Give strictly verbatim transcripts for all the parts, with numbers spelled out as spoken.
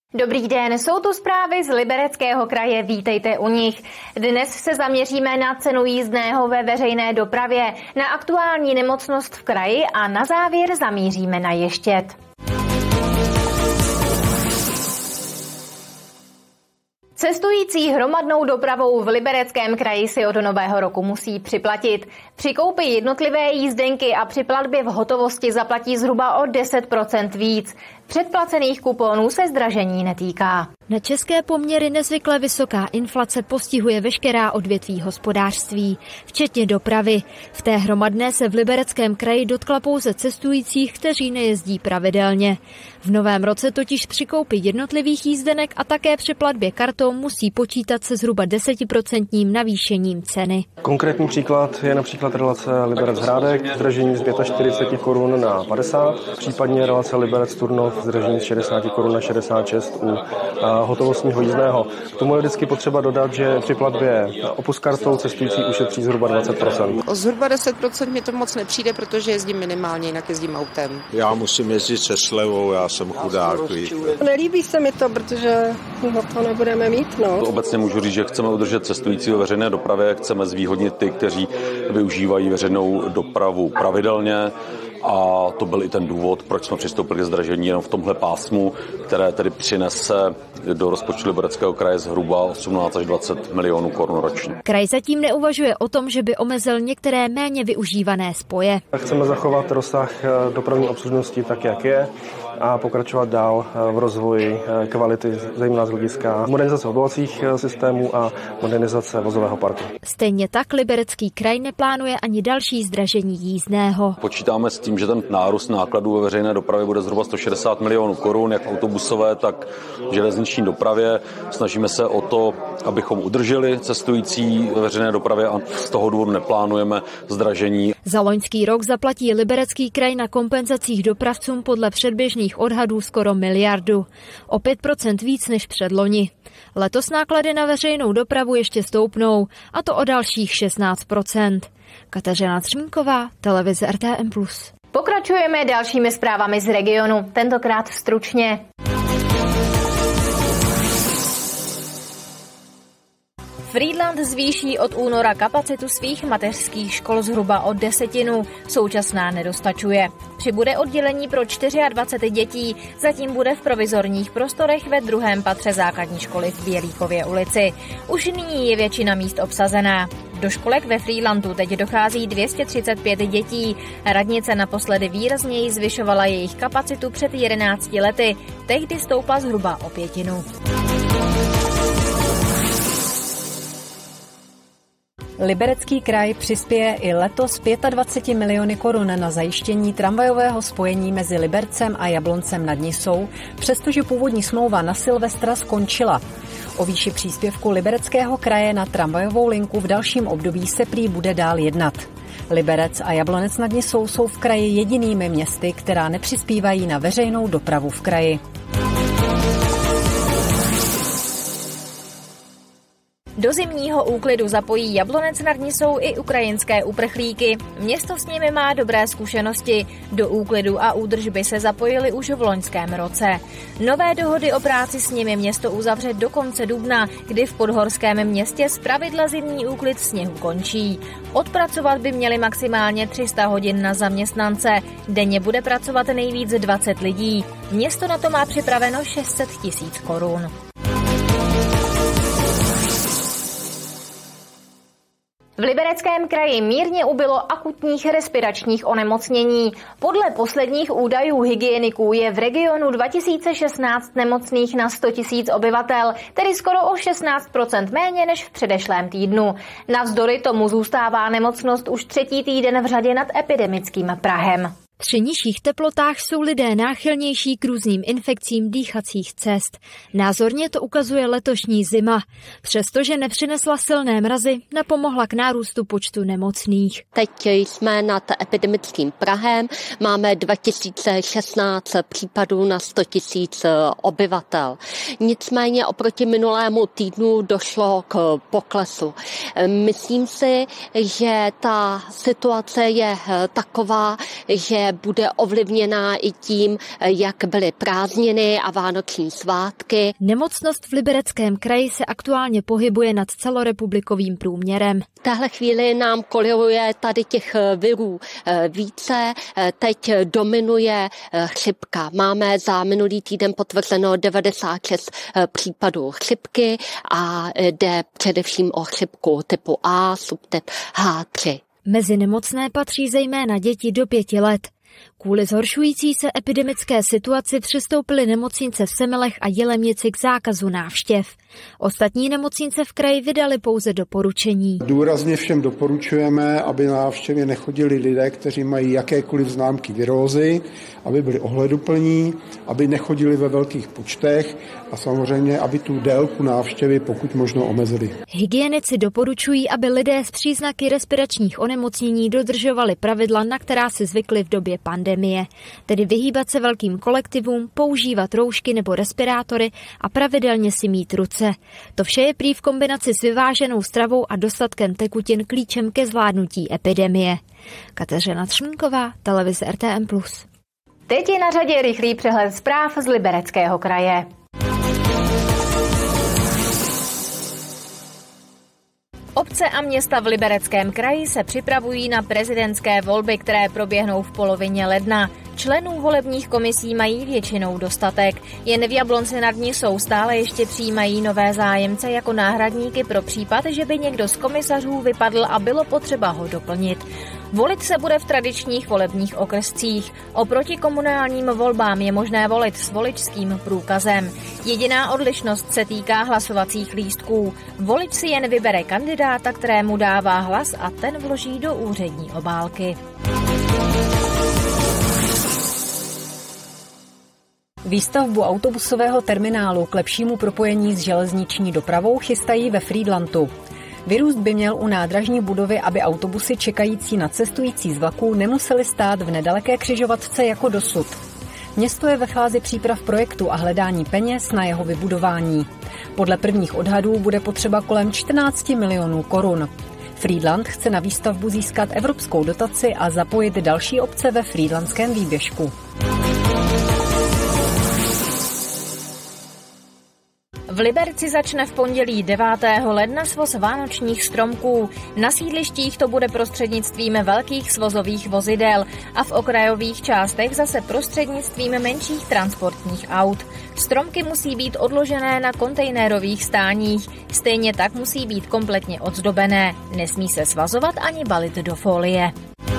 Dobrý den, jsou tu zprávy z Libereckého kraje, vítejte u nich. Dnes se zaměříme na cenu jízdného ve veřejné dopravě, na aktuální nemocnost v kraji a na závěr zamíříme na Ještěd. Cestující hromadnou dopravou v Libereckém kraji si od nového roku musí připlatit. Při koupi jednotlivé jízdenky a při platbě v hotovosti zaplatí zhruba o deset procent víc. Předplacených kuponů se zdražení netýká. Na české poměry nezvykle vysoká inflace postihuje veškerá odvětví hospodářství, včetně dopravy. V té hromadné se v Libereckém kraji dotkla pouze cestujících, kteří nejezdí pravidelně. V novém roce totiž při koupi jednotlivých jízdenek a také při platbě kartou musí počítat se zhruba desetiprocentním navýšením ceny. Konkrétní příklad je například relace Liberec-Hrádek, zdražení z čtyřicet pět korun na padesát, případně relace Liberec-Turnov, zdražení z šedesát korun na šedesát šest u hotovostního jízdného. K tomu je vždycky potřeba dodat, že při platbě opus kartou cestující ušetří zhruba dvacet procent. O zhruba deset procent mi to moc nepřijde, protože jezdím minimálně, jinak jezdím autem. Já musím jezdit se slevou, já jsem chudák. Nelíbí se mi to, protože no, to nebudeme mít. No. Obecně můžu říct, že chceme udržet cestující ve veřejné dopravě, chceme zvýhodnit ty, kteří využívají veřejnou dopravu pravidelně. A to byl i ten důvod, proč jsme přistoupili k zdražení jenom v tomhle pásmu, které tedy přinese do rozpočtu Libereckého kraje zhruba osmnáct až dvacet milionů korun ročně. Kraj zatím neuvažuje o tom, že by omezil některé méně využívané spoje. Chceme zachovat rozsah dopravní obslužnosti tak, jak je, a pokračovat dál v rozvoji kvality, zejména z hlediska modernizace odvolacích systémů a modernizace vozového parku. Stejně tak Liberecký kraj neplánuje ani další zdražení jízdného. Počítáme s tím, že ten nárůst nákladů ve veřejné dopravě bude zhruba sto šedesát milionů korun, jak v autobusové, tak v železniční dopravě. Snažíme se o to, abychom udrželi cestující ve veřejné dopravě a z toho důvodu neplánujeme zdražení. Za loňský rok zaplatí Liberecký kraj na kompenzacích dopravcům podle předběžných odhadů skoro miliardu. O pět procent víc než předloni. Letos náklady na veřejnou dopravu ještě stoupnou, a to o dalších šestnáct procent. Kateřina Třmínková, televize R T M plus. Pokračujeme dalšími zprávami z regionu, tentokrát stručně. Frýdlant zvýší od února kapacitu svých mateřských škol zhruba o desetinu. Současná nedostačuje. Přibude oddělení pro dvacet čtyři dětí, zatím bude v provizorních prostorech ve druhém patře základní školy v Bělíkově ulici. Už nyní je většina míst obsazená. Do školek ve Frýdlantu teď dochází dvě stě třicet pět dětí. Radnice naposledy výrazněji zvyšovala jejich kapacitu před jedenácti lety. Tehdy stoupla zhruba o pětinu. Liberecký kraj přispěje i letos dvacet pět miliony korun na zajištění tramvajového spojení mezi Libercem a Jabloncem nad Nisou, přestože původní smlouva na Silvestra skončila. O výši příspěvku Libereckého kraje na tramvajovou linku v dalším období se prý bude dál jednat. Liberec a Jablonec nad Nisou jsou v kraji jedinými městy, která nepřispívají na veřejnou dopravu v kraji. Do zimního úklidu zapojí Jablonec nad Nisou i ukrajinské uprchlíky. Město s nimi má dobré zkušenosti. Do úklidu a údržby se zapojili už v loňském roce. Nové dohody o práci s nimi město uzavře do konce dubna, kdy v podhorském městě zpravidla zimní úklid sněhu končí. Odpracovat by měli maximálně tři sta hodin na zaměstnance. Denně bude pracovat nejvíc dvacet lidí. Město na to má připraveno šest set tisíc korun. V Libereckém kraji mírně ubylo akutních respiračních onemocnění. Podle posledních údajů hygieniků je v regionu dva tisíce šestnáct nemocných na sto tisíc obyvatel, tedy skoro o šestnáct procent méně než v předešlém týdnu. Navzdory tomu zůstává nemocnost už třetí týden v řadě nad epidemickým prahem. Při nižších teplotách jsou lidé náchylnější k různým infekcím dýchacích cest. Názorně to ukazuje letošní zima. Přestože nepřinesla silné mrazy, napomohla k nárůstu počtu nemocných. Teď jsme nad epidemickým prahem, máme dva tisíce šestnáct případů na sto tisíc obyvatel. Nicméně oproti minulému týdnu došlo k poklesu. Myslím si, že ta situace je taková, že bude ovlivněná i tím, jak byly prázdniny a vánoční svátky. Nemocnost v Libereckém kraji se aktuálně pohybuje nad celorepublikovým průměrem. V téhle chvíli nám koloruje tady těch virů více. Teď dominuje chřipka. Máme za minulý týden potvrzeno devadesát šest případů chřipky a jde především o chřipku typu A, subtyp H tři. Mezi nemocné patří zejména děti do pěti let. Kvůli zhoršující se epidemické situaci přistoupily nemocnice v Semilech a Jilemnici k zákazu návštěv. Ostatní nemocnice v kraji vydaly pouze doporučení. Důrazně všem doporučujeme, aby na návštěvě nechodili lidé, kteří mají jakékoliv známky virózy, aby byli ohleduplní, aby nechodili ve velkých počtech a samozřejmě, aby tu délku návštěvy pokud možno omezili. Hygienici doporučují, aby lidé s příznaky respiračních onemocnění dodržovali pravidla, na která si zvykli v době pandemie, tedy vyhýbat se velkým kolektivům, používat roušky nebo respirátory a pravidelně si mít ruce. To vše je prý v kombinaci s vyváženou stravou a dostatkem tekutin klíčem ke zvládnutí epidemie. Kateřina Třmínková, televize R T M plus. Teď je na řadě rychlý přehled zpráv z Libereckého kraje. Obce a města v Libereckém kraji se připravují na prezidentské volby, které proběhnou v polovině ledna. Členů volebních komisí mají většinou dostatek. Jen v Jablonci nad Nisou stále ještě přijímají nové zájemce jako náhradníky pro případ, že by někdo z komisařů vypadl a bylo potřeba ho doplnit. Volit se bude v tradičních volebních okrscích. Oproti komunálním volbám je možné volit s voličským průkazem. Jediná odlišnost se týká hlasovacích lístků. Volič si jen vybere kandidáta, kterému dává hlas a ten vloží do úřední obálky. Výstavbu autobusového terminálu k lepšímu propojení s železniční dopravou chystají ve Frýdlantu. Vyrůst by měl u nádražní budovy, aby autobusy čekající na cestující z vlaků nemusely stát v nedaleké křižovatce jako dosud. Město je ve fázi příprav projektu a hledání peněz na jeho vybudování. Podle prvních odhadů bude potřeba kolem čtrnáct milionů korun. Frýdlant chce na výstavbu získat evropskou dotaci a zapojit další obce ve frýdlantském výběžku. V Liberci začne v pondělí devátého ledna svoz vánočních stromků. Na sídlištích to bude prostřednictvím velkých svozových vozidel a v okrajových částech zase prostřednictvím menších transportních aut. Stromky musí být odložené na kontejnerových stáních, stejně tak musí být kompletně odzdobené. Nesmí se svazovat ani balit do folie.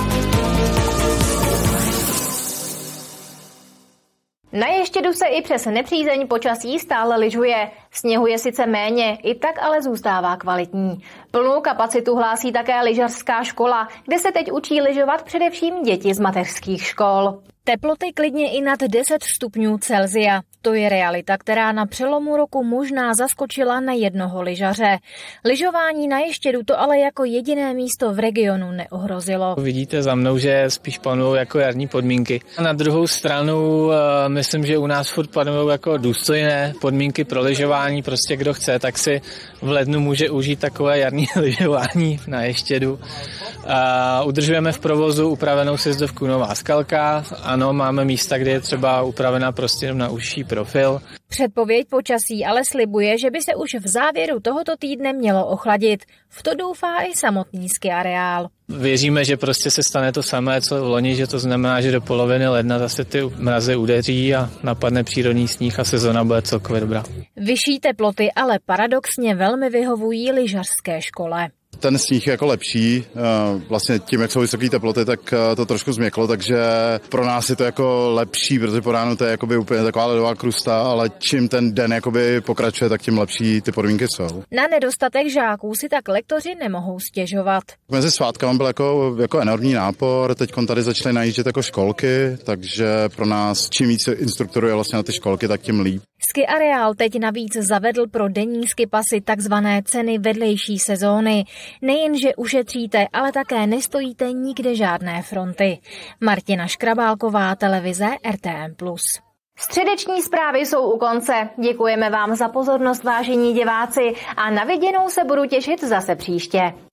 Na Ještědu se i přes nepřízeň počasí stále lyžuje. Sněhu je sice méně, i tak ale zůstává kvalitní. Plnou kapacitu hlásí také lyžařská škola, kde se teď učí lyžovat především děti z mateřských škol. Teploty klidně i nad deset stupňů Celsia. To je realita, která na přelomu roku možná zaskočila na jednoho lyžaře. Lyžování na Ještědu to ale jako jediné místo v regionu neohrozilo. Vidíte za mnou, že spíš panují jako jarní podmínky. Na druhou stranu myslím, že u nás furt panují jako důstojné podmínky pro lyžování. Prostě kdo chce, tak si v lednu může užít takové jarní lyžování na Ještědu. A udržujeme v provozu upravenou sjezdovku Nová Skalka. Ano, máme místa, kde je třeba upravená prostě na užší profil. Předpověď počasí ale slibuje, že by se už v závěru tohoto týdne mělo ochladit. V to doufá i samotný ski areál. Věříme, že prostě se stane to samé, co v loni, že to znamená, že do poloviny ledna zase ty mrazy udeří a napadne přírodní sníh a sezona bude celkově dobrá. Vyšší teploty ale paradoxně velmi vyhovují lyžařské škole. Ten sníh je jako lepší, vlastně tím, jak jsou vysoké teploty, tak to trošku změklo, takže pro nás je to jako lepší, protože po ránu to je jakoby úplně taková ledová krusta, ale čím ten den jakoby pokračuje, tak tím lepší ty podmínky jsou. Na nedostatek žáků si tak lektoři nemohou stěžovat. Mezi svátkami byl jako, jako enormní nápor, teď tady začaly najíždět jako školky, takže pro nás čím více instruktorů je vlastně na ty školky, tak tím líp. Ski areál teď navíc zavedl pro denní skipasy takzvané ceny vedlejší sezóny. Nejenže ušetříte, ale také nestojíte nikde žádné fronty. Martina Škrabálková, televize R T M plus. Středeční zprávy jsou u konce. Děkujeme vám za pozornost, vážení diváci, a na viděnou se budu těšit zase příště.